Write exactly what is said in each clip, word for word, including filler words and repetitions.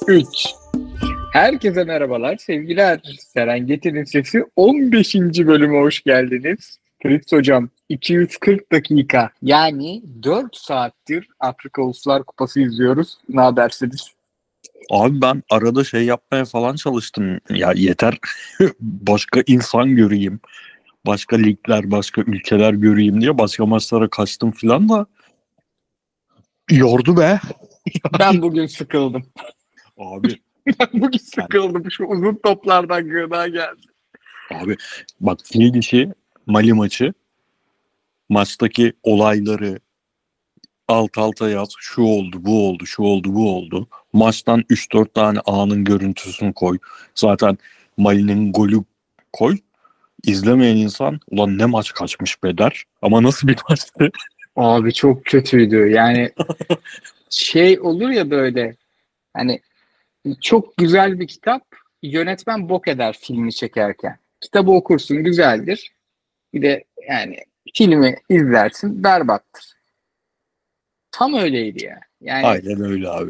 üç. Herkese merhabalar, sevgiler. Serengeti'nin Sesi on beşinci bölüme hoş geldiniz. Fritz Hocam, iki yüz kırk dakika yani dört saattir Afrika Uluslar Kupası izliyoruz. Ne habersiniz? Abi ben arada şey yapmaya falan çalıştım. Ya yeter başka insan göreyim. Başka ligler, başka ülkeler göreyim diye başka maçlara kaçtım filan da yordu be. Ben bugün sıkıldım. Abi Ben bugün yani, sıkıldım. Şu uzun toplardan gıda geldi. abi bak fil dişi Mali maçı maçtaki olayları alt alta yaz. Şu oldu, bu oldu, şu oldu, bu oldu. Maçtan üç dört tane anın görüntüsünü koy. Zaten Mali'nin golü koy. İzlemeyen insan ulan ne maç kaçmış be der. Ama nasıl bir maçtı? Abi çok kötüydü. Yani şey olur ya böyle hani çok güzel bir kitap, yönetmen bok eder filmi çekerken. Kitabı okursun, güzeldir. Bir de yani filmi izlersin, berbattır. Tam öyleydi ya. Yani Aynen öyle abi.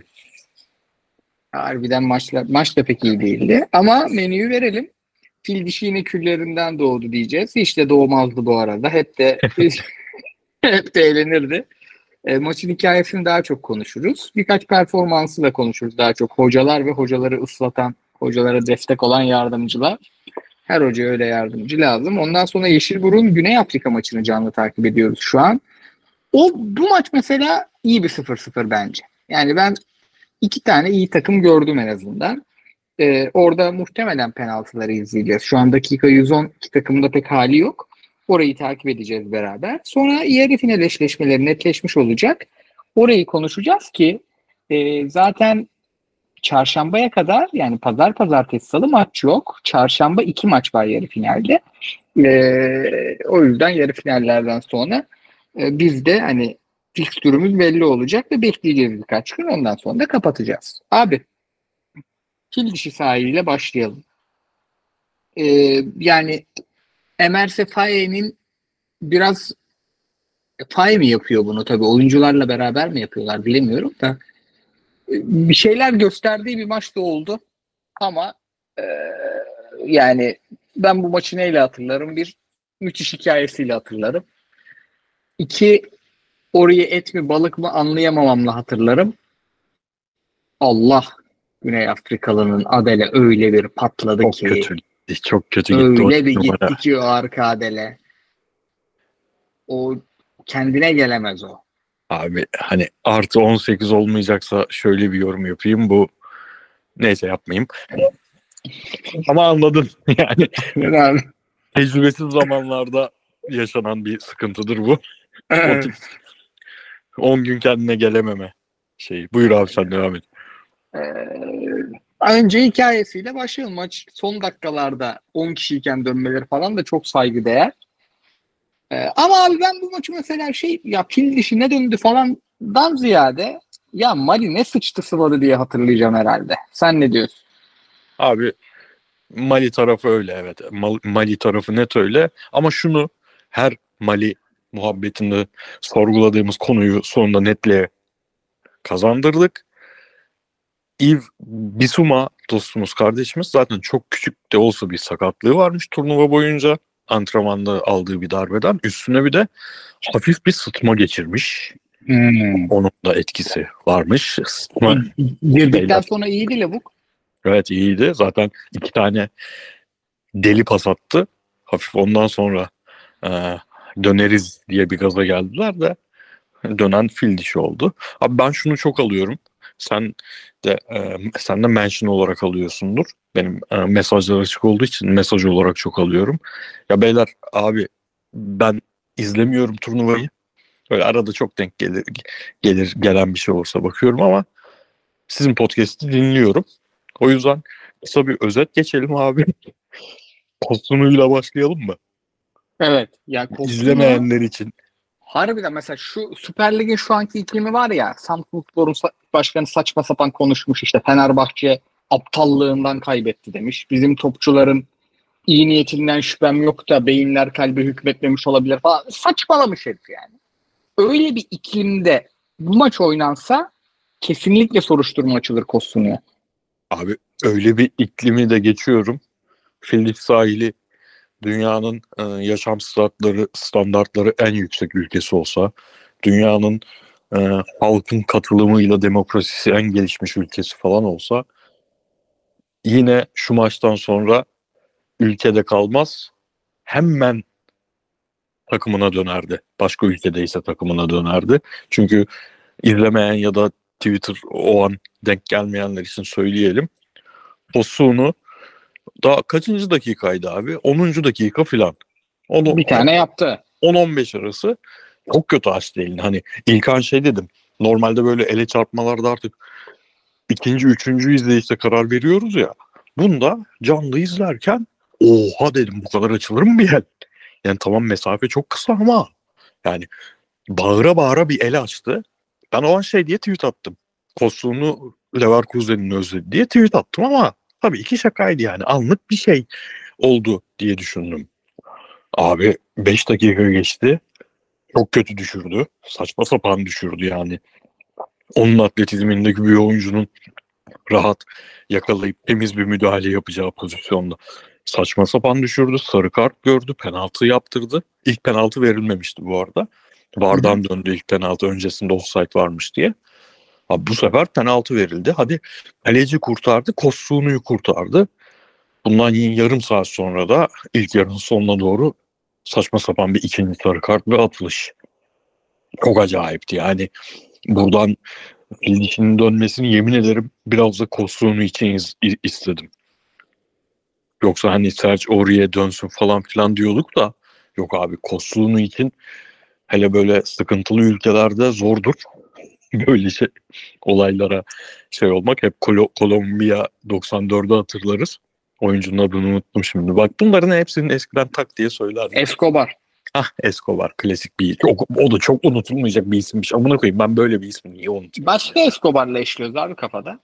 harbiden maçlar, maç da pek iyi değildi. Ama menüyü verelim. Fil dişi yine küllerinden doğdu diyeceğiz. Hiç de doğmazdı bu arada. Hep de hep de eğlenirdi. E, maçın hikayesini daha çok konuşuruz. Birkaç performansı da konuşuruz daha çok. Hocalar ve hocaları ıslatan, hocalara destek olan yardımcılar. Her hoca öyle yardımcı lazım. Ondan sonra Yeşilburun Güney Afrika maçını canlı takip ediyoruz şu an. O bu maç mesela iyi bir sıfır sıfır bence. Yani ben iki tane iyi takım gördüm en azından. Ee, orada muhtemelen penaltıları izleyeceğiz. Şu an dakika yüz on iki takımda pek hali yok. Orayı takip edeceğiz beraber. Sonra yarı final eşleşmeleri netleşmiş olacak. Orayı konuşacağız ki e, zaten çarşambaya kadar yani pazar pazartesi salı maç yok. Çarşamba iki maç var yarı finalde. E, o yüzden yarı finallerden sonra e, biz de hani fikstürümüz belli olacak ve bekleyeceğiz birkaç gün. Ondan sonra da kapatacağız. Abi fil dişi sahiliyle başlayalım. E, yani Emerse Faye'nin biraz Faye mi yapıyor bunu tabii oyuncularla beraber mi yapıyorlar bilemiyorum da e, bir şeyler gösterdiği bir maç da oldu. Ama e, yani ben bu maçı neyle hatırlarım? Bir, müthiş hikayesiyle hatırlarım. İki, orayı et mi balık mı anlayamamamla hatırlarım. Allah, Güney Afrikalı'nın Adele öyle bir patladı Çok ki. kötü gitti. Çok kötü gitti o Öyle bir numara. gitti ki o arka Adele. O kendine gelemez o. Abi hani artı on sekiz olmayacaksa şöyle bir yorum yapayım. Bu neyse yapmayayım. Ama anladın. Yani Yani, tecrübesiz zamanlarda yaşanan bir sıkıntıdır bu. O tip on gün kendine gelememe şey. Buyur abi sen devam et. Ee, önce hikayesiyle başlayalım. Maç son dakikalarda on kişiyken dönmeleri falan da çok saygıdeğer. Ee, ama abi ben bu maçı mesela şey ya fil dişine döndü falandan ziyade ya Mali ne sıçtı sıvadı diye hatırlayacağım herhalde. Sen ne diyorsun? Abi Mali tarafı öyle evet. Mali tarafı net öyle. Ama şunu her Mali muhabbetinde sorguladığımız konuyu sonunda netle kazandırdık. Yves Bissouma dostumuz, kardeşimiz zaten çok küçük de olsa bir sakatlığı varmış turnuva boyunca. Antrenmanda aldığı bir darbeden. Üstüne bir de hafif bir sıtma geçirmiş. Hmm. Onun da etkisi varmış. Sıtma Girdikten beyler. sonra iyiydi Lavuk. Evet iyiydi. Zaten iki tane deli pas attı. Hafif ondan sonra e, döneriz diye bir gaza geldiler de dönen fil dişi oldu. Abi ben şunu çok alıyorum. Sen de e, sen de mention olarak alıyorsundur. Benim e, mesajlar açık olduğu için mesaj olarak çok alıyorum. Ya beyler abi ben izlemiyorum turnuvayı. Böyle arada çok denk gelir gelir gelen bir şey olursa bakıyorum ama sizin podcast'i dinliyorum. O yüzden kısa bir özet geçelim abi. Kostumuyla başlayalım mı? Evet. Ya Kosunu İzlemeyenler için. harbiden mesela şu Süper Lig'in şu anki iklimi var ya Samsunspor'un sa- başkanı saçma sapan konuşmuş işte Fenerbahçe aptallığından kaybetti demiş. Bizim topçuların iyi niyetinden şüphem yok da beyinler kalbe hükmetmemiş olabilir falan. Saçmalamış herif yani. Öyle bir iklimde bu maç oynansa kesinlikle soruşturma açılır Kosunu'ya. Abi öyle bir iklimi de geçiyorum. Fildip sahili dünyanın e, yaşam standartları, standartları en yüksek ülkesi olsa, dünyanın e, halkın katılımıyla demokrasisi en gelişmiş ülkesi falan olsa, yine şu maçtan sonra ülkede kalmaz, hemen takımına dönerdi. Başka ülkedeyse takımına dönerdi. Çünkü izlemeyen ya da Twitter o an denk gelmeyenler için söyleyelim. Osu'nu daha kaçıncı dakikaydı abi? onuncu dakika filan. Onu Bir tane yaptı. on on beş arası çok kötü açtı elini. Hani İlkan şey dedim. Normalde böyle ele çarpmalarda artık ikinci, üçüncü izleyişte karar veriyoruz ya. Bunda canlı izlerken oha dedim, bu kadar açılır mı bir el? Yani tamam mesafe çok kısa ama yani bağıra bağıra bir el açtı. Ben o an şey diye tweet attım. Kossuğunu Leverkusen'in özledi diye tweet attım ama tabii iki şakaydı yani. Anlık bir şey oldu diye düşündüm. Abi beş dakika geçti. Çok kötü düşürdü. Saçma sapan düşürdü yani. Onun atletizmindeki bir oyuncunun rahat yakalayıp temiz bir müdahale yapacağı pozisyonda saçma sapan düşürdü. Sarı kart gördü. Penaltı yaptırdı. İlk penaltı verilmemişti bu arada. V A R'dan döndü ilk penaltı, öncesinde offside varmış diye. Abi bu sefer penaltı verildi. Hadi kaleci kurtardı. Kossuğunu'yu kurtardı. Bundan yarım saat sonra da ilk yarının sonuna doğru saçma sapan bir ikinci sarı kart ve atılış. Çok acayipti yani. Buradan fil dişinin dönmesini yemin ederim biraz da Kossuğunu için iz- istedim. Yoksa hani Serge Aurier'e dönsün falan filan diyorduk da yok abi, Kossuğunu için hele böyle sıkıntılı ülkelerde zordur. Böyle şey, olaylara şey olmak. Hep Kolo- Kolombiya doksan dördü hatırlarız. Oyuncunun adını unuttum şimdi. Bak bunların hepsinin eskiden tak diye söylerdim. Escobar. Ah, Escobar klasik bir, çok, o da çok unutulmayacak bir isimmiş. Amına koyayım, ben böyle bir ismi niye unutayım? Başka Escobar'la eşliyoruz abi kafada.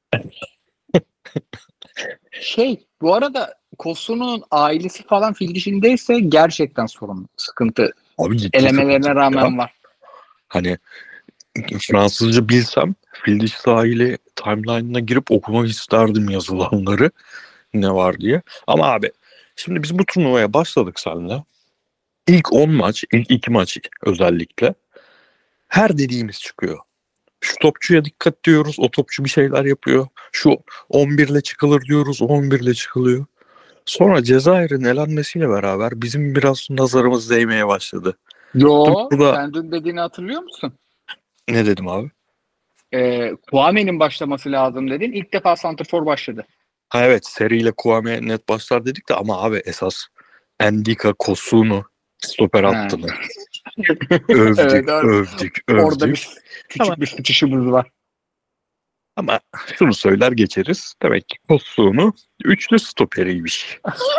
Şey, bu arada Kosu'nun ailesi falan fil dişindeyse gerçekten sorun, sıkıntı. Abi ciddi Elemelerine sıkıntı ya. rağmen var. Hani Fransızca bilsem fil dişi sahili timeline'ına girip okumak isterdim yazılanları ne var diye. Ama abi şimdi biz bu turnuvaya başladık seninle. İlk on maç, ilk iki maç özellikle her dediğimiz çıkıyor. Şu topçuya dikkat diyoruz, o topçu bir şeyler yapıyor. Şu on bir ile çıkılır diyoruz, on bir ile çıkılıyor. Sonra Cezayir'in elenmesiyle beraber bizim biraz nazarımız değmeye başladı. Yo, Burada sen dün dediğini hatırlıyor musun? ne dedim abi? Ee, Kouameni'nin başlaması lazım dedin. İlk defa santrfor başladı. Ha evet, seriyle Kouame net başlar dedik de ama abi esas Endika, Kosunu stoper Ha. attığını övdük, Evet, or- övdük, orada övdük. bir küçük Ama bir sıçışımız var. ama şunu söyler geçeriz. Demek ki Kosunu üçlü stoperiymiş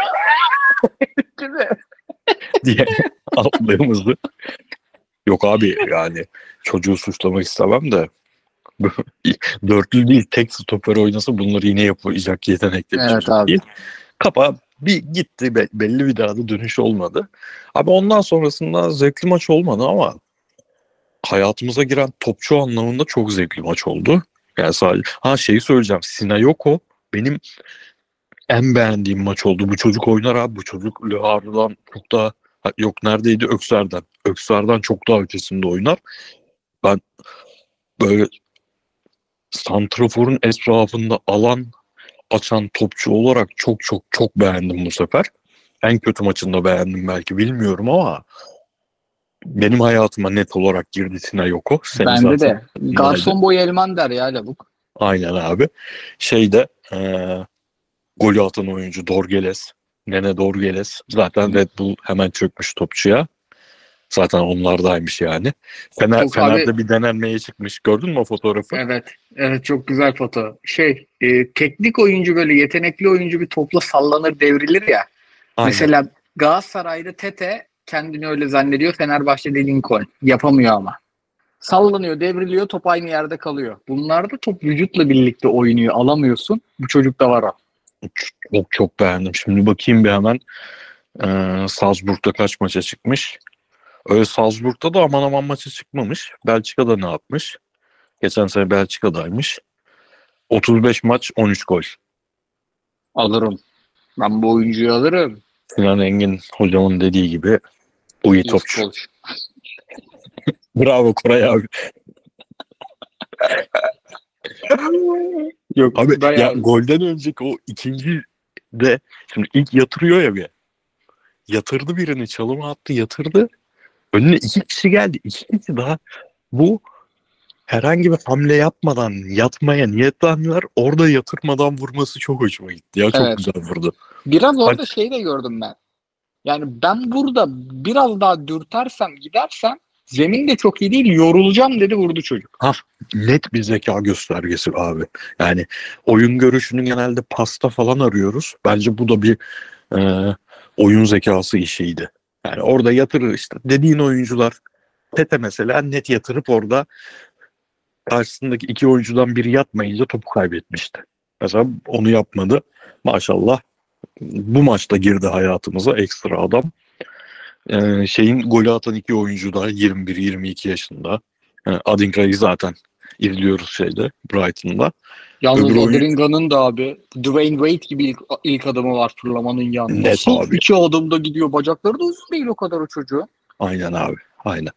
Değil mi? diye attığımızı. Yok abi yani çocuğu suçlamak istemem de dörtlü değil tek stoper oynasa bunları yine yapacak yetenekli bir Evet çocuk abi. değil. Kapa bir gitti, belli bir daha da dönüş olmadı. Abi ondan sonrasında zevkli maç olmadı ama hayatımıza giren topçu anlamında çok zevkli maç oldu. Yani sadece ha şeyi söyleyeceğim, Sinayoko benim en beğendiğim maç oldu. Bu çocuk oynar abi, bu çocuk Le Havre'dan çok daha, yok neredeydi, Öksar'dan. Öksar'dan çok daha ötesinde oynar. Ben böyle santraforun etrafında alan açan topçu olarak çok çok çok beğendim bu sefer. En kötü maçında beğendim belki, bilmiyorum ama benim hayatıma net olarak girdi Sinayoko. Seni Bende zaten de. Garson boy elman der ya lavuk. aynen abi. Şeyde ee, golü atan oyuncu Dorgeles. Nene Dorgeles. Zaten Red Bull hemen çökmüş topçuya. Zaten onlardaymış yani. Fener, Çok abi, Fener'de bir denenmeye çıkmış. Gördün mü o fotoğrafı? evet. Evet, çok güzel foto. Şey, e, teknik oyuncu, böyle yetenekli oyuncu bir topla sallanır, devrilir ya. Aynen. Mesela Galatasaray'da Tete kendini öyle zannediyor. Fenerbahçe'de Lincoln. Yapamıyor ama. Sallanıyor, devriliyor, top aynı yerde kalıyor. Bunlarda top vücutla birlikte oynuyor. Alamıyorsun. Bu çocukta var o. Çok çok beğendim. Şimdi bakayım bir hemen. Ee, Salzburg'da kaç maça çıkmış? Öyle Salzburg'da da aman aman maça çıkmamış. Belçika'da ne yapmış? Geçen sene Belçika'daymış. otuz beş maç on üç gol. Alırım. Ben bu oyuncuyu alırım. Sinan Engin hocamın dediği gibi iyi İyi topçu. futbolcu. Bravo Koray abi. Yok Abi bayağı. ya golden önceki o ikinci de şimdi ilk yatırıyor ya bir. Yatırdı birini, çalıma attı, yatırdı. Önüne iki kişi geldi. İki kişi daha bu herhangi bir hamle yapmadan yatmaya niyetlendiler. Orada yatırmadan vurması çok hoşuma gitti. Ya çok Evet. güzel vurdu. Biraz orada Bak- şey de gördüm ben. Yani ben burada biraz daha dürtersem gidersem zemin de çok iyi değil, yorulacağım dedi, vurdu çocuk. Net bir zeka göstergesi abi. Yani oyun görüşünü genelde pasta falan arıyoruz. Bence bu da bir e, oyun zekası işiydi. Yani orada yatırır işte dediğin oyuncular Tete mesela net yatırıp orada karşısındaki iki oyuncudan biri yatmayınca topu kaybetmişti. Mesela onu yapmadı. Maşallah bu maçta girdi hayatımıza ekstra adam. Ee, şeyin golü atan iki oyuncu da yirmi bir yirmi iki yaşında. Yani Adingra'yı zaten izliyoruz şeyde Brighton'da. Yalnız Öbür oyun Adringa'nın da abi Dwayne Wade gibi ilk, ilk adımı var fırlamanın yanında. net Nasıl abi. iki adımda gidiyor, bacakları da uzun değil o kadar o çocuğu. Aynen abi. Aynen.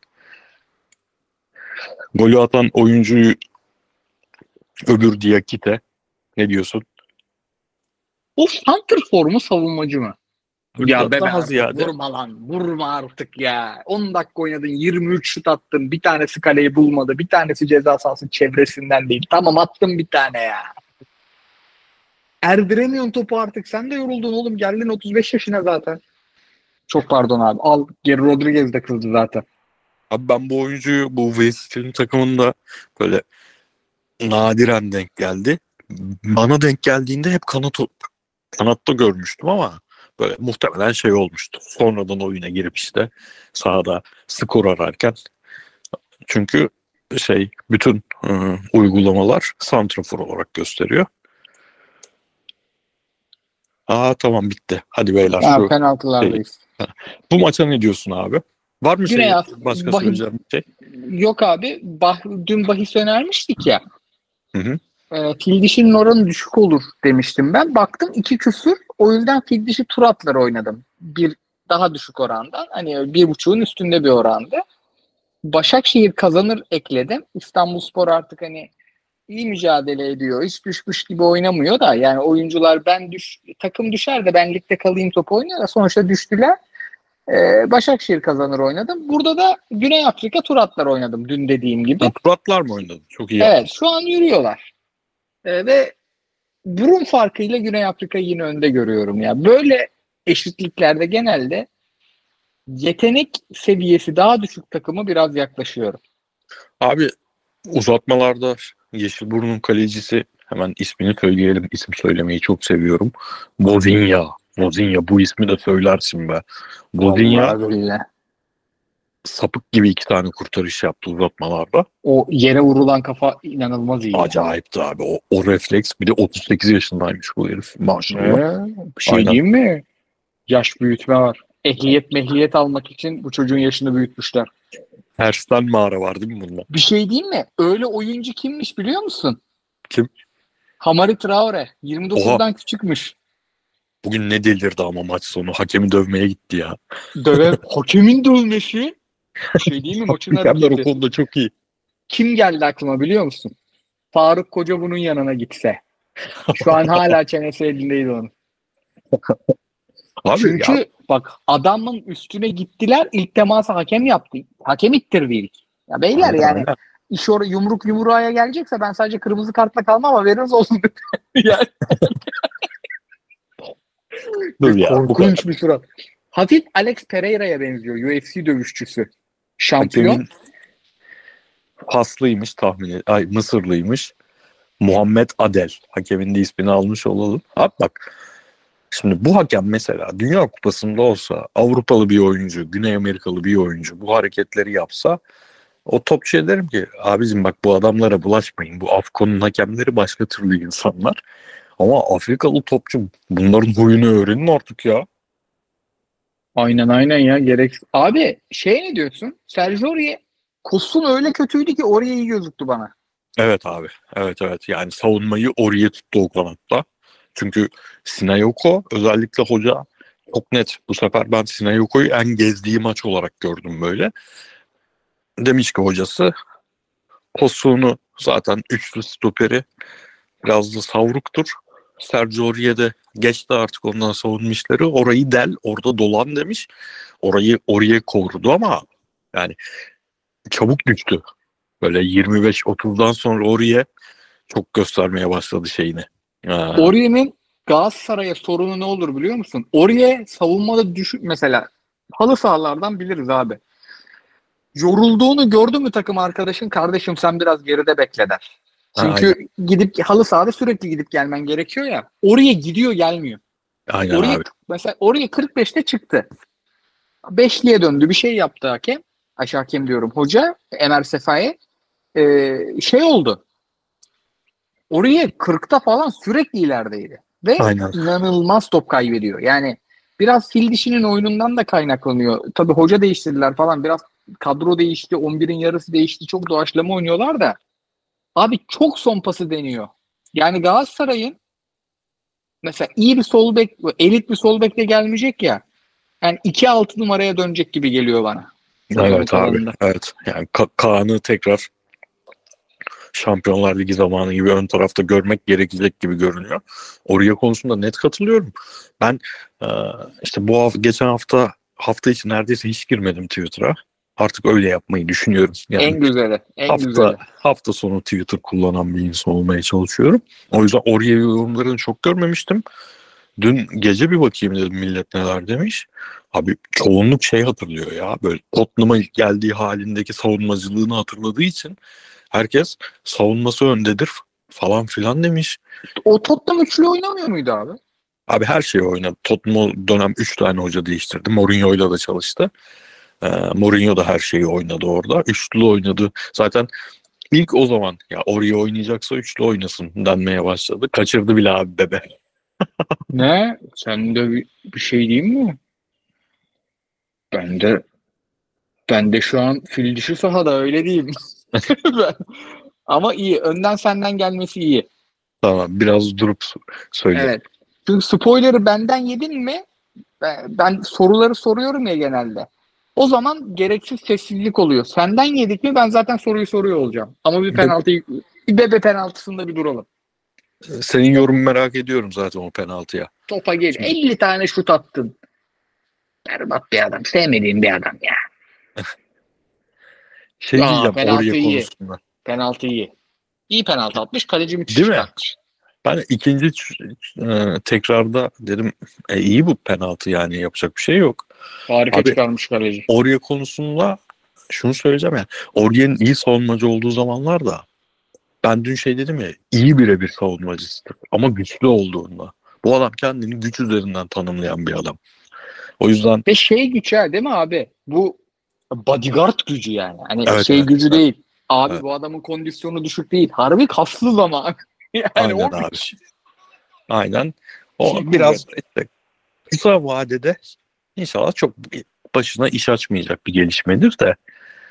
Golü atan oyuncuyu öbür Diakite ne diyorsun? O center formu savunmacı mı? Ya bebe Daha artık ziyade vurma lan, vurma artık ya. on dakika oynadın, yirmi üç şut attın, bir tanesi kaleyi bulmadı, bir tanesi ceza sahası çevresinden değil. Tamam, attın bir tane ya. Erdiremiyorsun topu artık, sen de yoruldun oğlum, geldin otuz beş yaşına zaten. Çok pardon abi, al Geri Rodriguez de kızdı zaten. abi ben bu oyuncuyu bu West'in takımında böyle nadiren denk geldi. Bana denk geldiğinde hep kanat kanatta görmüştüm ama böyle muhtemelen şey olmuştu. Sonradan oyuna girip işte sahada skor ararken çünkü şey bütün ıı, uygulamalar santrafor olarak gösteriyor. Aa tamam bitti. Hadi beyler Ha, şu şey. penaltılardayız. Bu maça ne diyorsun abi? Var mı Güney şey Af başka bahis, söyleyeceğim bir şey? yok abi, bah, dün bahis önermiştik ya. Hı hı. E, fil dişinin oranı düşük olur demiştim ben. Baktım iki küsür. O yüzden fil dişi tur atları oynadım. Bir daha düşük orandan. Hani bir buçuğun üstünde bir oranda. Başakşehir kazanır ekledim. İstanbulspor artık hani iyi mücadele ediyor. Hiç düşmüş gibi oynamıyor da. Yani oyuncular ben düş takım düşer de ben ligde kalayım topu oynuyor da sonuçta düştüler. Ee, Başakşehir kazanır oynadım. Burada da Güney Afrika tur atlar oynadım dün dediğim gibi. Turatlar mı oynadın? Çok iyi Evet, yaptın. şu an yürüyorlar. Ee, ve burun farkıyla Güney Afrika'yı yine önde görüyorum ya. Böyle eşitliklerde genelde yetenek seviyesi daha düşük takımı biraz yaklaşıyorum. Abi uzatmalarda Yeşilburnu'nun kalecisi hemen ismini söyleyelim. İsim söylemeyi çok seviyorum. Bozinya. Bozinya bu ismi de söylersin be. Bozinya Vallahi billahi. sapık gibi iki tane kurtarış yaptı uzatmalarda. O yere vurulan kafa inanılmaz iyi. Acayipti abi. O, o refleks bir de otuz sekiz yaşındaymış bu herif. Maşallah. Ee, bir şey Aynen. diyeyim mi? Yaş büyütme var. Ehliyet mehliyet almak için bu çocuğun yaşını büyütmüşler. Tersten mağara var değil mi bunda? Bir şey diyeyim mi? Öyle oyuncu kimmiş biliyor musun? Kim? Hamari Traore. yirmi dokuzdan küçükmüş. Bugün ne delirdi ama maç sonu. Hakemi dövmeye gitti ya. Döve hakemin dövmesi. Bir şey değil mi maçın Hakemler o hareketi? konuda çok iyi. Kim geldi aklıma biliyor musun? Faruk Koca bunun yanına gitse. Şu an hala çenesi elindeydi onun. Abi Çünkü ya, bak adamın üstüne gittiler, ilk teması hakem yaptı. Hakem ittirdi ilk. Ya beyler aynen, yani aynen. iş oraya yumruk yumruğa gelecekse ben sadece kırmızı kartla kalmam, haberiniz olsun. Yani Dur ya, bu kadar. korkunç bir surat. Hafif Alex Pereira'ya benziyor, U F C dövüşçüsü. Şampiyon. Hakemin Haslıymış tahmin et. Ay Mısırlıymış. Muhammed Adel. Hakemin de ismini almış olalım. Abi bak. Şimdi bu hakem mesela Dünya Kupası'nda olsa Avrupalı bir oyuncu, Güney Amerikalı bir oyuncu bu hareketleri yapsa o topçuya derim ki abicim bak bu adamlara bulaşmayın. Bu Afcon'un hakemleri başka türlü insanlar. Ama Afrikalı topçu bunların huyunu öğrenin artık ya. Aynen aynen ya, gerek. Abi şey ne diyorsun? Sergio Aurier Kosun öyle kötüydü ki oraya iyi gözüktü bana. Evet abi. Evet evet. Yani savunmayı oraya tuttu o kanatta. Çünkü Sinayoko özellikle hoca çok net. Bu sefer ben Sinayoko'yu en gezdiği maç olarak gördüm böyle. Demiş ki hocası Kosuğunu zaten üçlü stoperi biraz da savruktur. Sergio Aurier de geçti artık ondan savunma işleri. Orayı del, orada dolan demiş. Orayı oraya korudu ama yani çabuk düştü. Böyle yirmi beş otuzdan sonra oraya çok göstermeye başladı şeyini. Aa, Oriye'nin Galatasaray'a sorunu ne olur biliyor musun? Oriye savunmada düşük mesela halı sahalardan biliriz abi. Yorulduğunu gördü mü takım arkadaşın, kardeşim sen biraz geride bekle der. aynen. Çünkü gidip halı sahada sürekli gidip gelmen gerekiyor ya. Oraya gidiyor gelmiyor. Aynen Oraya abi. mesela oraya kırk beşte çıktı. Beşliye döndü bir şey yaptı hakem. Aşağı hakem diyorum hoca Emer Sefa'ya. Ee, şey oldu. Oraya kırkta falan sürekli ilerideydi. Ve Aynen. inanılmaz top kaybediyor. Yani biraz fil dişinin oyunundan da kaynaklanıyor. Tabii hoca değiştirdiler falan. Biraz kadro değişti. on birin yarısı değişti. Çok doğaçlama oynuyorlar da. Abi çok son pası deniyor. Yani Galatasaray'ın mesela iyi bir sol bek, elit bir sol bekle gelmeyecek ya. Yani iki altı numaraya dönecek gibi geliyor bana. Sezonun Evet abi. kalanında. Evet. Yani Ka- Kaan'ı tekrar Şampiyonlar Ligi zamanı gibi ön tarafta görmek gerekecek gibi görünüyor. Oraya konusunda net katılıyorum. Ben e, işte bu hafta, geçen hafta hafta içi neredeyse hiç girmedim Twitter'a. Artık öyle yapmayı düşünüyorum. Yani En güzeli. En hafta güzeli. hafta sonu Twitter kullanan bir insan olmaya çalışıyorum. O yüzden oraya yorumlarını çok görmemiştim. Dün gece bir bakayım dedim millet neler demiş. Abi çoğunluk şey hatırlıyor ya. Böyle Tottenham'a geldiği halindeki savunmacılığını hatırladığı için herkes savunması öndedir falan filan demiş. O Tottenham üçlü oynamıyor muydu abi? Abi her şeyi oynadı. Tottenham o dönem üç tane hoca değiştirdi. Mourinho'yla da çalıştı. Ee, Mourinho da her şeyi oynadı orada. Üçlü oynadı. Zaten ilk o zaman ya oraya oynayacaksa üçlü oynasın denmeye başladı. Kaçırdı bile abi bebe. Ne? Sen de bir, bir şey diyeyim mi? Ben de ben de şu an fil dişi sahada öyle diyeyim. Ben- Ama iyi. Önden senden gelmesi iyi. Tamam biraz durup söyleyeyim. Evet. Çünkü spoiler'ı benden yedin mi? Ben, ben soruları soruyorum ya genelde. O zaman gereksiz sessizlik oluyor. Senden yedik mi ben zaten soruyu soruyor olacağım. Ama bir Bir de penaltı, bir bebe penaltısında bir duralım. senin yorumu merak ediyorum zaten o penaltıya. Topa gel. Şimdi elli tane şut attın. Berbat bir adam. Sevmediğim bir adam ya. şey Aa diyeceğim penaltı oraya iyi. konusunda. Penaltı iyi. İyi penaltı atmış. Kaleci müthiş Değil mi? çıkartmış. Ben ikinci e, tekrarda dedim e, iyi bu penaltı yani yapacak bir şey yok. Harika Abi çıkarmış kaleci. oraya konusunda şunu söyleyeceğim yani Oriye'nin iyi savunmacı olduğu zamanlarda ben dün şey dedim ya iyi birebir savunmacısıdır ama güçlü olduğunda. Bu adam kendini güç üzerinden tanımlayan bir adam. O yüzden Ve şey güç ha değil mi abi? Bu bodyguard gücü yani. Hani evet şey evet, gücü evet, değil. Abi evet. bu adamın kondisyonu düşük değil. Harbi kaslı zaman. Yani Aynen o abi. güç. Aynen. O Ki kuvvet. biraz işte kısa vadede inşallah çok başına iş açmayacak bir gelişmedir de.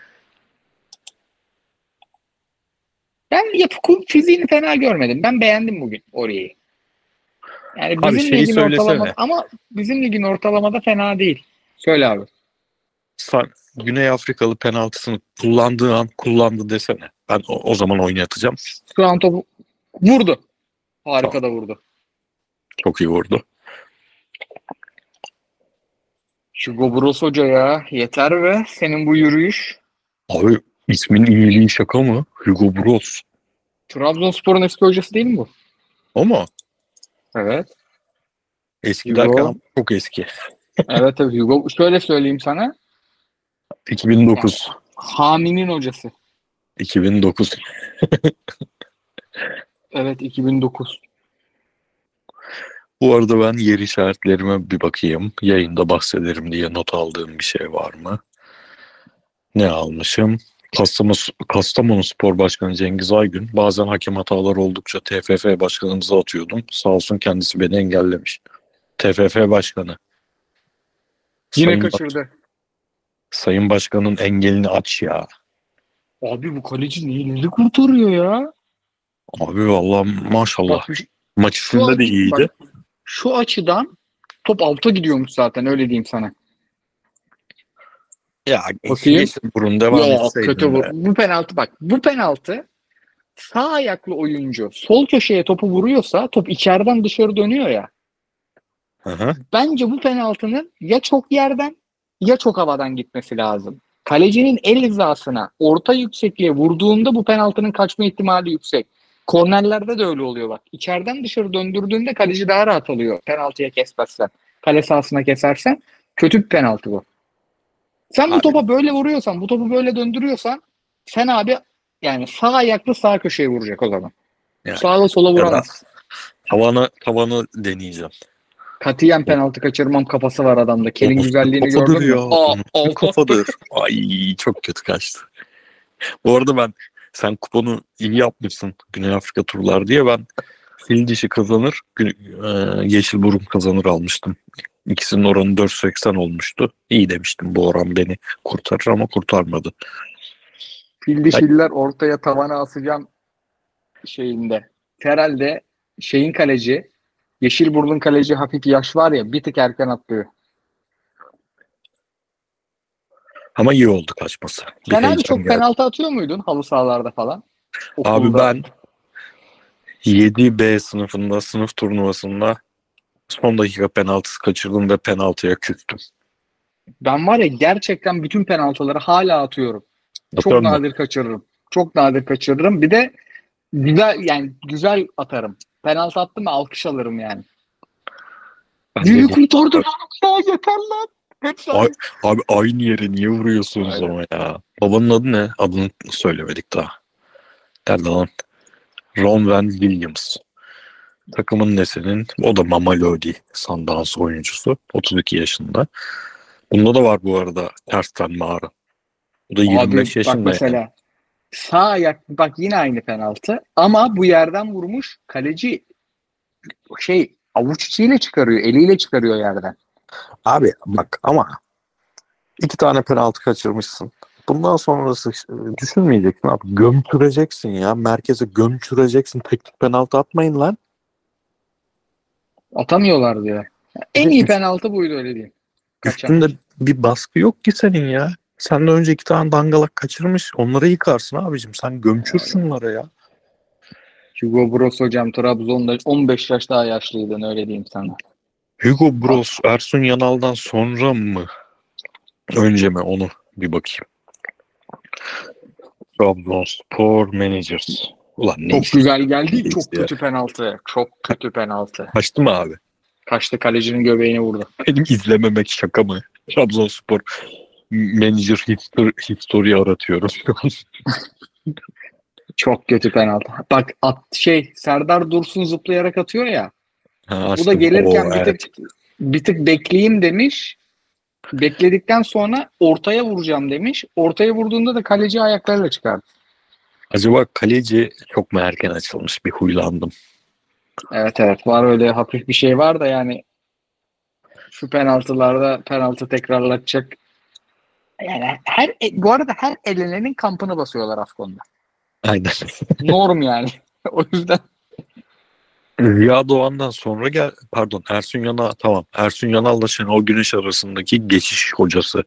Ben yapı fiziğini fena görmedim. Ben beğendim bugün orayı. Yani Abi bizim şeyi ligin ortalama söylesene. ama bizim ligin ortalamada fena değil. Söyle abi. Sen Güney Afrikalı penaltısını kullandığı an kullandı desene. Ben o, o zaman oynatacağım. Şu an topu vurdu. Tamam. Harika da vurdu. Çok iyi vurdu. Hugo Bros Hoca ya. Yeter ve senin bu yürüyüş. Abi ismin iyiliği şaka mı? Hugo Bros. Trabzonspor'un eski hocası değil mi bu? O mu? Evet. Eski derken ama Hugo. çok eski. Evet tabii Hugo. Şöyle söyleyeyim sana. Yani iki bin dokuz. Hami'nin hocası. iki bin dokuz. Evet iki bin dokuz. Bu arada ben yer işaretlerime bir bakayım. Yayında bahsederim diye not aldığım bir şey var mı? Ne almışım? Kastamonu, Kastamonu Spor Başkanı Cengiz Aygün bazen hakem hataları oldukça T F F başkanımıza atıyordum. Sağ olsun kendisi beni engellemiş. T F F Başkanı. Yine Sayın, Baş- kaçırdı. Sayın Başkan'ın engelini aç ya. Abi bu kaleci neleri kurtarıyor ya? Abi vallahi maşallah. Bak şu, Maç şu, içinde de aç- iyiydi. bak, şu açıdan top alta gidiyormuş zaten, öyle diyeyim sana. Ya Bakayım. Yeşilburun devam Ya kötü etseydin vur. de. Bu penaltı bak. Bu penaltı, sağ ayaklı oyuncu sol köşeye topu vuruyorsa top içeriden dışarı dönüyor ya. Hı hı. Bence bu penaltının ya çok yerden ya çok havadan gitmesi lazım. Kalecinin el hizasına orta yüksekliğe vurduğunda bu penaltının kaçma ihtimali yüksek. Kornerlerde de öyle oluyor bak. İçeriden dışarı döndürdüğünde kaleci daha rahat alıyor. Penaltıya kesmezsen. Kale sahasına kesersen kötü bir penaltı bu. Sen bu Abi, topa böyle vuruyorsan, bu topu böyle döndürüyorsan sen abi yani sağ ayaklı sağ köşeye vuracak o zaman. yani Sağla sola ya da vuramaz. tavanı tavanı deneyeceğim. Katiyen O, penaltı kaçırmam kafası var adamda. o Kelin nasıl bir güzelliğini kafadır gördün ya? mü? O Aa, nasıl bir alt attı. kafadır? Ay çok kötü kaçtı. Bu arada ben sen kuponu iyi yapmışsın Güney Afrika turlar diye ben fil dişi kazanır, Gü- e, Yeşilburun kazanır almıştım. İkisinin oranı dört seksen olmuştu. İyi demiştim bu oran beni kurtarır ama kurtarmadı. Fil dişiller ortaya tavana asacağım şeyinde. Herhalde şeyin kaleci, Yeşilburnu'nun kaleci hafif yaş var ya, bir tık erken atlıyor. Ama iyi oldu kaçması. Bir Sen abi heyecan çok geldi. penaltı atıyor muydun halı sahalarda falan? Abi Okulda. ben yedi B sınıfında sınıf turnuvasında son dakika penaltısı kaçırdım ve penaltıya küstüm. Ben var ya gerçekten bütün penaltıları hala atıyorum. Çok Atıyor mu? nadir kaçırırım. Çok nadir kaçırırım. Bir de güzel yani güzel atarım. Penaltı attım mı alkış alırım yani. Ben de Büyük değil. kurtardı. Ya yeter lan. Hep Ay, sen. abi aynı yere niye vuruyorsunuz Aynen. ama ya? Babanın adı ne? Adını söylemedik daha. Nerede lan? Ron Van Williams. Takımın nesinin? O da Mamelodi Sundowns oyuncusu. otuz iki yaşında. Bunda da var bu arada tersten mağara. Bu da Abi yirmi beş bak yaşında yani. mesela sağ ayak, bak yine aynı penaltı ama bu yerden vurmuş, kaleci şey avuç içiyle çıkarıyor, eliyle çıkarıyor yerden. Abi bak ama iki tane penaltı kaçırmışsın. Bundan sonrası düşünmeyeceksin abi. Gömçüreceksin ya. Merkeze gömçüreceksin. Teknik penaltı atmayın lan. Atamıyorlar diyor. Bir En de iyi üst, penaltı buydu, öyle diyeyim. Kaçan. üstünde bir baskı yok ki senin ya. Sen de önce iki tane dangalak kaçırmış. Onları yıkarsın abicim. Sen gömçür şunları ya. Hugo Bros hocam Trabzon'da on beş yaş daha yaşlıydın, öyle diyeyim sana. Hugo Ah, Bros Ersun Yanal'dan sonra mı? Önce mi? Onu bir bakayım. Trabzonspor Managers. Ulan ne çok iş güzel geldi. Çok ya. kötü penaltı. Çok kötü penaltı. Kaçtı mı abi? Kaçtı, kalecinin göbeğine vurdu. Benim izlememek şaka mı? Trabzonspor Manager history, history aratıyorum. Çok kötü penaltı. Bak at, şey Serdar Dursun zıplayarak atıyor ya. Ha, Bu da açtım. Oo, gelirken bir tık evet. bir tık bekleyeyim demiş. Bekledikten sonra ortaya vuracağım demiş. Ortaya vurduğunda da kaleci ayaklarıyla çıkardı. Acaba kaleci çok mu erken açılmış? Bir huylandım. Evet evet, var öyle hafif bir şey var da yani şu penaltılarda penaltı tekrarlatacak. Yani her bu arada her elenenin kampını basıyorlar Afkon'da. Aynen. Norm yani. O yüzden Ziya Doğan'dan sonra gel pardon Ersun Yanal tamam. Ersun Yanal'la Şenol Güneş arasındaki geçiş hocası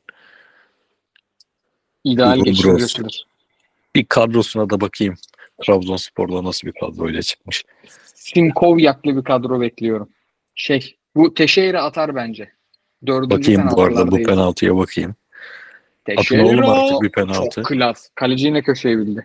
ideal Hugo geçiş Bros. hocasıdır. Bir kadrosuna da bakayım. Trabzonspor'da nasıl bir kadroyla çıkmış. Simkovyaklı bir kadro bekliyorum. Şey, bu Teixeira atar bence. Dördüncü Bakayım bu arada bu penaltılardayız. penaltıya bakayım. Atın oğlum Teixeira artık bir çok penaltı. klas. Kaleci yine köşeye bildi.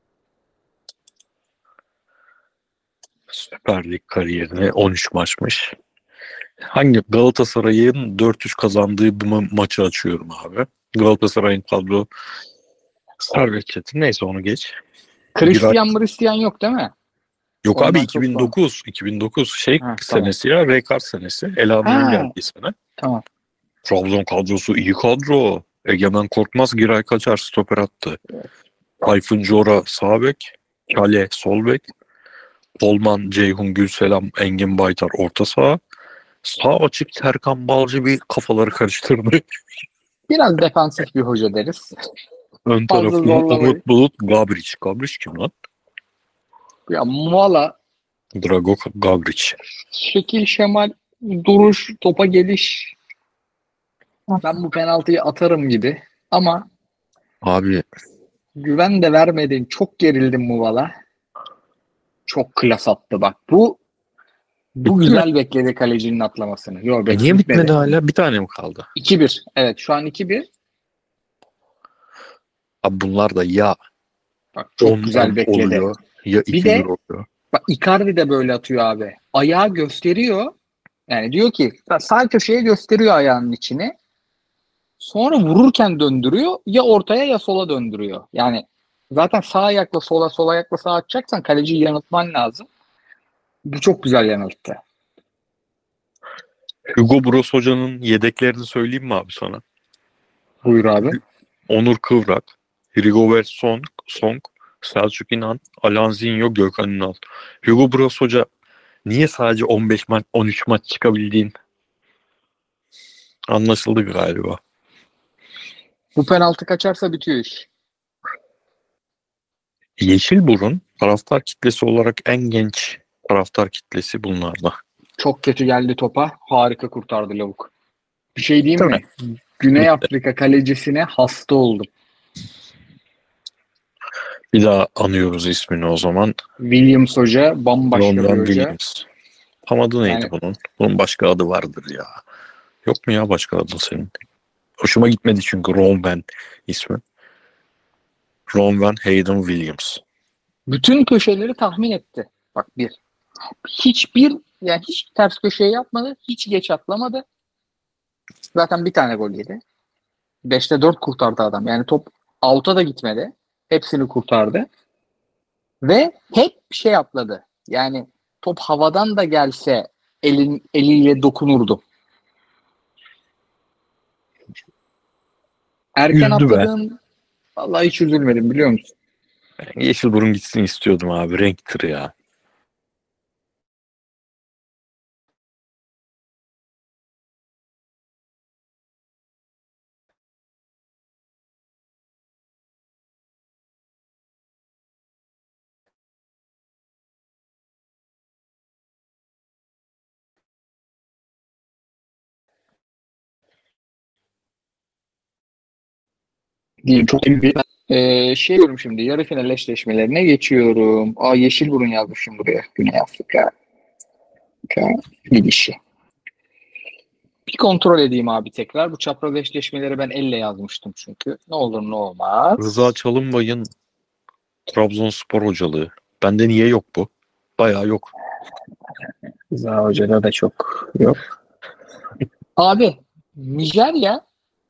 Süper Lig kariyerine on üç maçmış. Hangi Galatasaray'ın dört üç kazandığı bir ma- maçı açıyorum abi. Galatasaray'ın kadro Servet Çetin neyse onu geç. Giray Christian Christian yok değil mi? yok abi Ondan çok sonra. iki bin dokuz iki bin dokuz şey Ha, tamam. senesi ya Rekard senesi. Elano'nun Ha, geldiği sene. tamam. Trabzon kadrosu iyi kadro. Egemen Korkmaz Giray Kaçar stoper attı. Tayfun Cora sağ bek. Kale sol bek. Polman, Ceyhun Gülselam, Engin Baytar orta saha. Sağ açık Serkan Balcı bir kafaları karıştırdı. Biraz defansif bir hoca deriz. Ön Fazla tarafı zorlamayın. Umut Bulut, Gabriç. Gabriç kim lan? Ya Muala Drago Gavric. şekil şemal, duruş, topa geliş. Ben bu penaltıyı atarım gibi. Ama Abi güven de vermedin. Çok gerildim Muvala. Çok klas attı bak. Bu bu bitti mi? güzel bekledi kalecinin atlamasını. Yok, E bek niye bitmedi bitmedi. hala? Bir tane mi kaldı? iki bir. Evet, şu an iki bir. Abi bunlar da ya Bak çok on on güzel bekledi. oluyor ya Bir iki bir de oluyor. bak Icardi de böyle atıyor abi. Ayağı gösteriyor. Yani diyor ki sağ köşeye gösteriyor ayağının içini. Sonra vururken döndürüyor. Ya ortaya ya sola döndürüyor. Yani zaten sağ ayakla sola, sol ayakla sağa atacaksan kaleciyi yanıltman lazım. Bu çok güzel yanılttı. Hugo Bros hocanın yedeklerini söyleyeyim mi abi sana? Buyur abi. Onur Kıvrak, Rigobert Song, Song, Selçuk İnan, Alanzinho, Gökhan Ünal. Hugo Bros hoca niye sadece on beş maç, on üç maç çıkabildiğin anlaşıldı galiba. Bu penaltı kaçarsa bitiyor iş. Yeşilburun taraftar kitlesi olarak en genç taraftar kitlesi bunlarda. Çok kötü geldi topa. Harika kurtardı lavuk. Bir şey diyeyim Değil mi? mi? Güney Bitti. Afrika kalecisine hasta oldum. Bir daha anıyoruz ismini o zaman. Williams Hoca bambaşka bir Ronwen hoca. Williams. Tam adı neydi Yani bunun? Bunun başka adı vardır ya. Yok mu ya başka adı senin? Hoşuma gitmedi çünkü Ronwen ismi. Ronwen Hayden Williams. bütün köşeleri tahmin etti. Bak bir. Hiçbir yani hiç ters köşeye yapmadı. Hiç geç atlamadı. Zaten bir tane gol yedi. beşte dört kurtardı adam. Yani top out'a da gitmedi. Hepsini kurtardı. Ve hep şey atladı. Yani top havadan da gelse elin, eliyle dokunurdu. Erken Üzdü be. atladığım vallahi hiç üzülmedim biliyor musun? Yeşilburun gitsin istiyordum abi. Renktir ya. Diyeyim çok iyi bir ee, şey diyorum şimdi yarı final eşleşmelerine geçiyorum. Aa Yeşilburun yazmışım buraya. Güney Afrika. Afrika gidişi. Bir kontrol edeyim abi tekrar. Bu çapraz eşleşmeleri ben elle yazmıştım çünkü. Ne olur ne olmaz. Rıza Çalınbay'ın Trabzonspor hocalığı. Bende niye yok bu? Bayağı yok. Rıza Hoca'da da çok yok. Abi Nijerya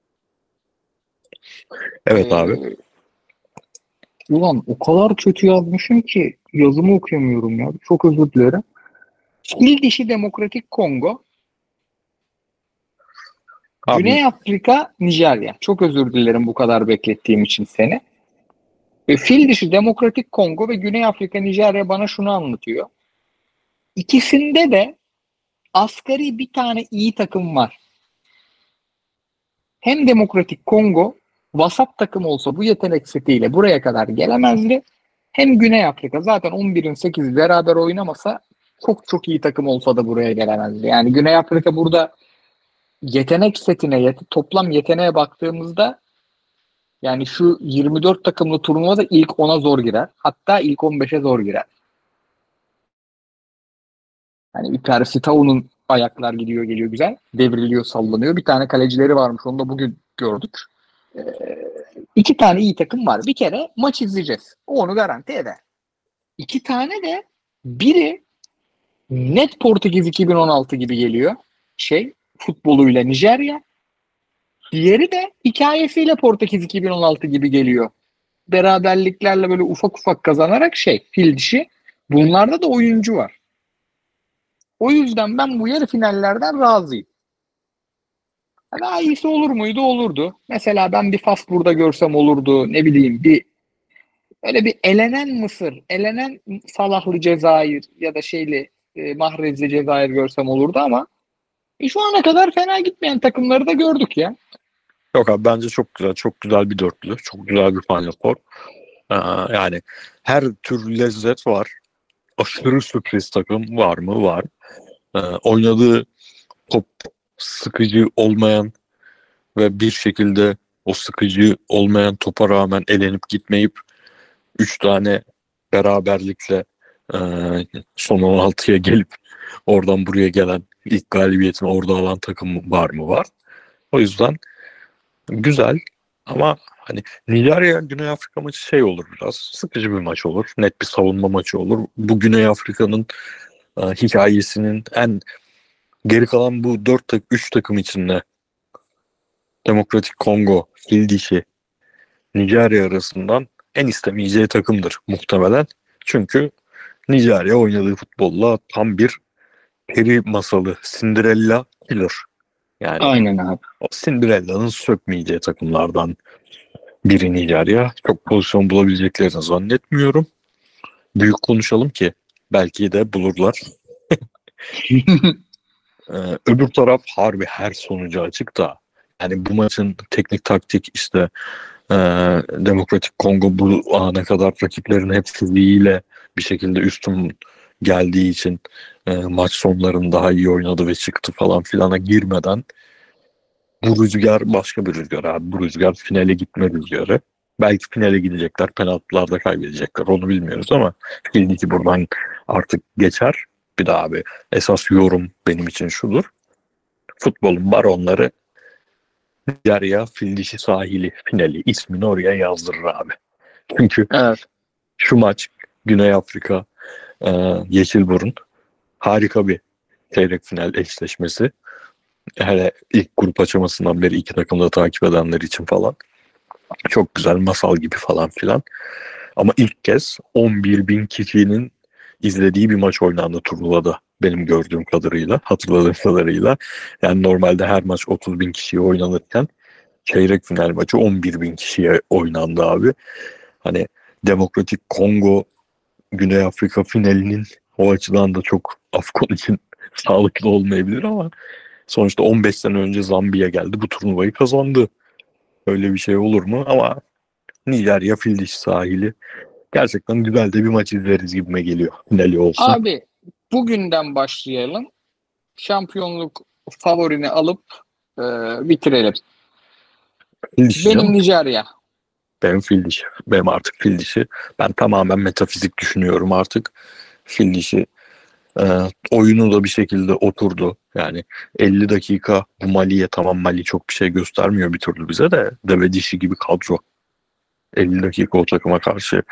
Evet e, abi. ulan o kadar kötü yazmışım ki yazımı okuyamıyorum ya. Çok özür dilerim. Fil dişi Demokratik Kongo, Abi Güney Afrika, Nijerya. Çok özür dilerim bu kadar beklettiğim için seni. E, fil dişi Demokratik Kongo ve Güney Afrika, Nijerya bana şunu anlatıyor. İkisinde de asgari bir tane iyi takım var. Hem Demokratik Kongo vasat takım olsa bu yetenek setiyle buraya kadar gelemezdi. Hem Güney Afrika zaten on birin sekizi beraber oynamasa çok çok iyi takım olsa da buraya gelemezdi. Yani Güney Afrika burada yetenek setine, yet- toplam yeteneğe baktığımızda yani şu yirmi dört takımlı turnuvada ilk ona zor girer. Hatta ilk on beşe zor girer. Hani Icardi Taun'un ayaklar gidiyor geliyor güzel. Devriliyor sallanıyor. Bir tane kalecileri varmış. Onu da bugün gördük. Ee, iki tane iyi takım var. Bir kere maç izleyeceğiz. O onu garanti eder. İki tane de biri net Portekiz iki bin on altı gibi geliyor. Şey futboluyla Nijerya. Diğeri de hikayesiyle Portekiz iki bin on altı gibi geliyor. Beraberliklerle böyle ufak ufak kazanarak şey fil dişi. Bunlarda da oyuncu var. O yüzden ben bu yarı finallerden razıyım. Daha iyisi olur muydu? Olurdu. Mesela ben bir Fas burada görsem olurdu. Ne bileyim bir öyle bir elenen Mısır, elenen Salahlı Cezayir ya da şeyli e, Mahrezli Cezayir görsem olurdu ama e, şu ana kadar fena gitmeyen takımları da gördük ya. yok abi bence çok güzel. Çok güzel bir dörtlü. Çok güzel bir Final Four. Ee, yani her tür lezzet var. aşırı sürpriz takım var mı? Var. Ee, oynadığı top sıkıcı olmayan ve bir şekilde o sıkıcı olmayan topa rağmen elenip gitmeyip üç tane beraberlikle e, son on altıya gelip oradan buraya gelen ilk galibiyetini orada alan takım var mı? Var. O yüzden güzel ama hani Nijerya Güney Afrika maçı şey olur biraz. Sıkıcı bir maç olur. Net bir savunma maçı olur. Bu Güney Afrika'nın e, hikayesinin en geri kalan bu dört tak üç takım içinde Demokratik Kongo, Fil dişi, Nijerya arasından en istemeyeceği takımdır muhtemelen. Çünkü Nijerya oynadığı futbolla tam bir peri masalı, Cinderella killer. Yani Aynen abi. o Cinderella'nın sökmeyeceği takımlardan biri Nijerya. Çok pozisyon bulabileceklerini zannetmiyorum. Büyük konuşalım ki belki de bulurlar. Ee, öbür taraf harbi her sonucu açık da. Yani bu maçın teknik taktik işte e, Demokratik Kongo bu ana kadar rakiplerin hepsiyle bir şekilde üstün geldiği için e, maç sonlarını daha iyi oynadı ve çıktı falan filana girmeden bu rüzgar başka bir rüzgar abi. Bu rüzgar finale gitme rüzgarı. Belki finale gidecekler, penaltılarda kaybedecekler. Onu bilmiyoruz ama bildi ki buradan artık geçer. Bir daha abi esas yorum benim için şudur. Futbolun baronları Nijerya Fil dişi sahili finali ismini oraya yazdırır abi. Çünkü Evet. şu maç Güney Afrika e, Yeşilburun harika bir çeyrek final eşleşmesi. Hele ilk grup aşamasından beri iki takımda takip edenler için falan. Çok güzel masal gibi falan filan. Ama ilk kez on bir bin kişinin izlediği bir maç oynandı turnuvada benim gördüğüm kadarıyla, hatırladığım kadarıyla. Yani normalde her maç otuz bin kişiye oynanırken çeyrek final maçı on bir bin kişiye oynandı abi. Hani Demokratik Kongo Güney Afrika finalinin o açıdan da çok Afcon için sağlıklı olmayabilir ama sonuçta on beş sene önce Zambiya geldi bu turnuvayı kazandı. Öyle bir şey olur mu? Ama Nijerya Fil dişi sahili gerçekten güzel de bir maç izleriz gibime geliyor. Finali olsa. Abi bugünden başlayalım. Şampiyonluk favorini alıp e, bitirelim. Fil dişi Benim canım. Nijerya. Benim fil dişi. Benim artık fil dişi. Ben tamamen metafizik düşünüyorum artık. Fil dişi e, oyunu da bir şekilde oturdu. Yani elli dakika bu Mali'ye tamam Mali çok bir şey göstermiyor bir türlü bize de deve dişi gibi kadro. elli dakika o takıma karşı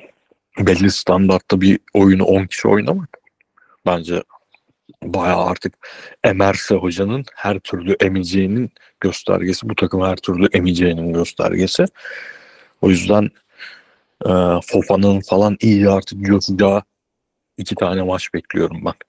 belli standartta bir oyunu on kişi oynamak bence bayağı artık Emerse hocanın her türlü emeceğinin göstergesi. Bu takım her türlü emeceğinin göstergesi. O yüzden e, Fofa'nın falan iyi artık coşacağı iki tane maç bekliyorum ben.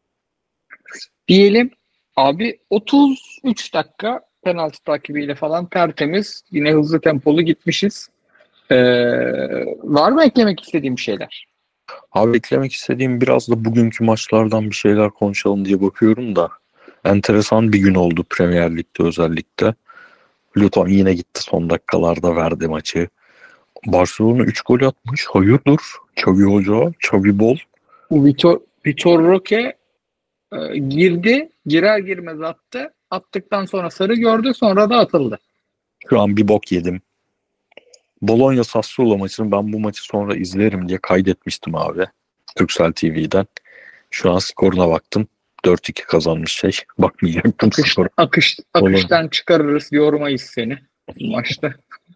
Diyelim abi otuz üç dakika penaltı takibiyle falan tertemiz. Yine hızlı tempolu gitmişiz. Ee, var mı eklemek istediğim şeyler? Abi eklemek istediğim biraz da bugünkü maçlardan bir şeyler konuşalım diye bakıyorum da enteresan bir gün oldu Premier Lig'de özellikle. Luton yine gitti son dakikalarda verdi maçı. Barcelona üç gol atmış. Hayırdır? Xavi Hoca, Xavi Bol. Bu Vitor, Vitor Roque e, girdi. Girer girmez attı. Attıktan sonra sarı gördü. Sonra da atıldı. Şu an bir bok yedim. Bologna Sassuolo maçını ben bu maçı sonra izlerim diye kaydetmiştim abi. Turkcell T V'den. Şu an skoruna baktım. dört iki kazanmış şey. Bakmayacaktım Akış, skora. akış, akıştan çıkarırız. Yormayız seni maçta.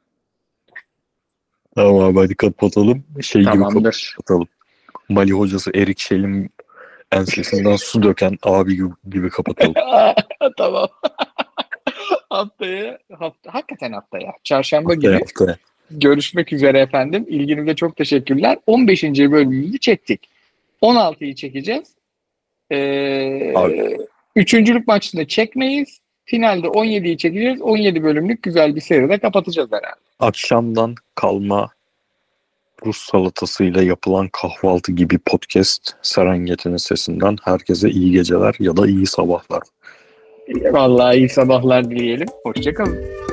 Tamam abi hadi kapatalım. Şey gibi Tamamdır. kapatalım. Mali hocası Erik Şel'in ensesinden su döken abi gibi, gibi kapatalım. Tamam. haftaya, hafta, hakikaten haftaya. Çarşamba Haftaya günü haftaya. görüşmek üzere efendim. İlginize çok teşekkürler. on beşinci bölümümüzü çektik. on altıyı çekeceğiz. Ee, Abi. Üçüncülük maçını çekmeyiz. Finalde on yediyi çekeceğiz. on yedi bölümlük güzel bir seride kapatacağız herhalde. Akşamdan kalma Rus salatasıyla yapılan kahvaltı gibi podcast Serengeti'nin sesinden herkese iyi geceler ya da iyi sabahlar. Vallahi iyi sabahlar dileyelim. Hoşça kalın.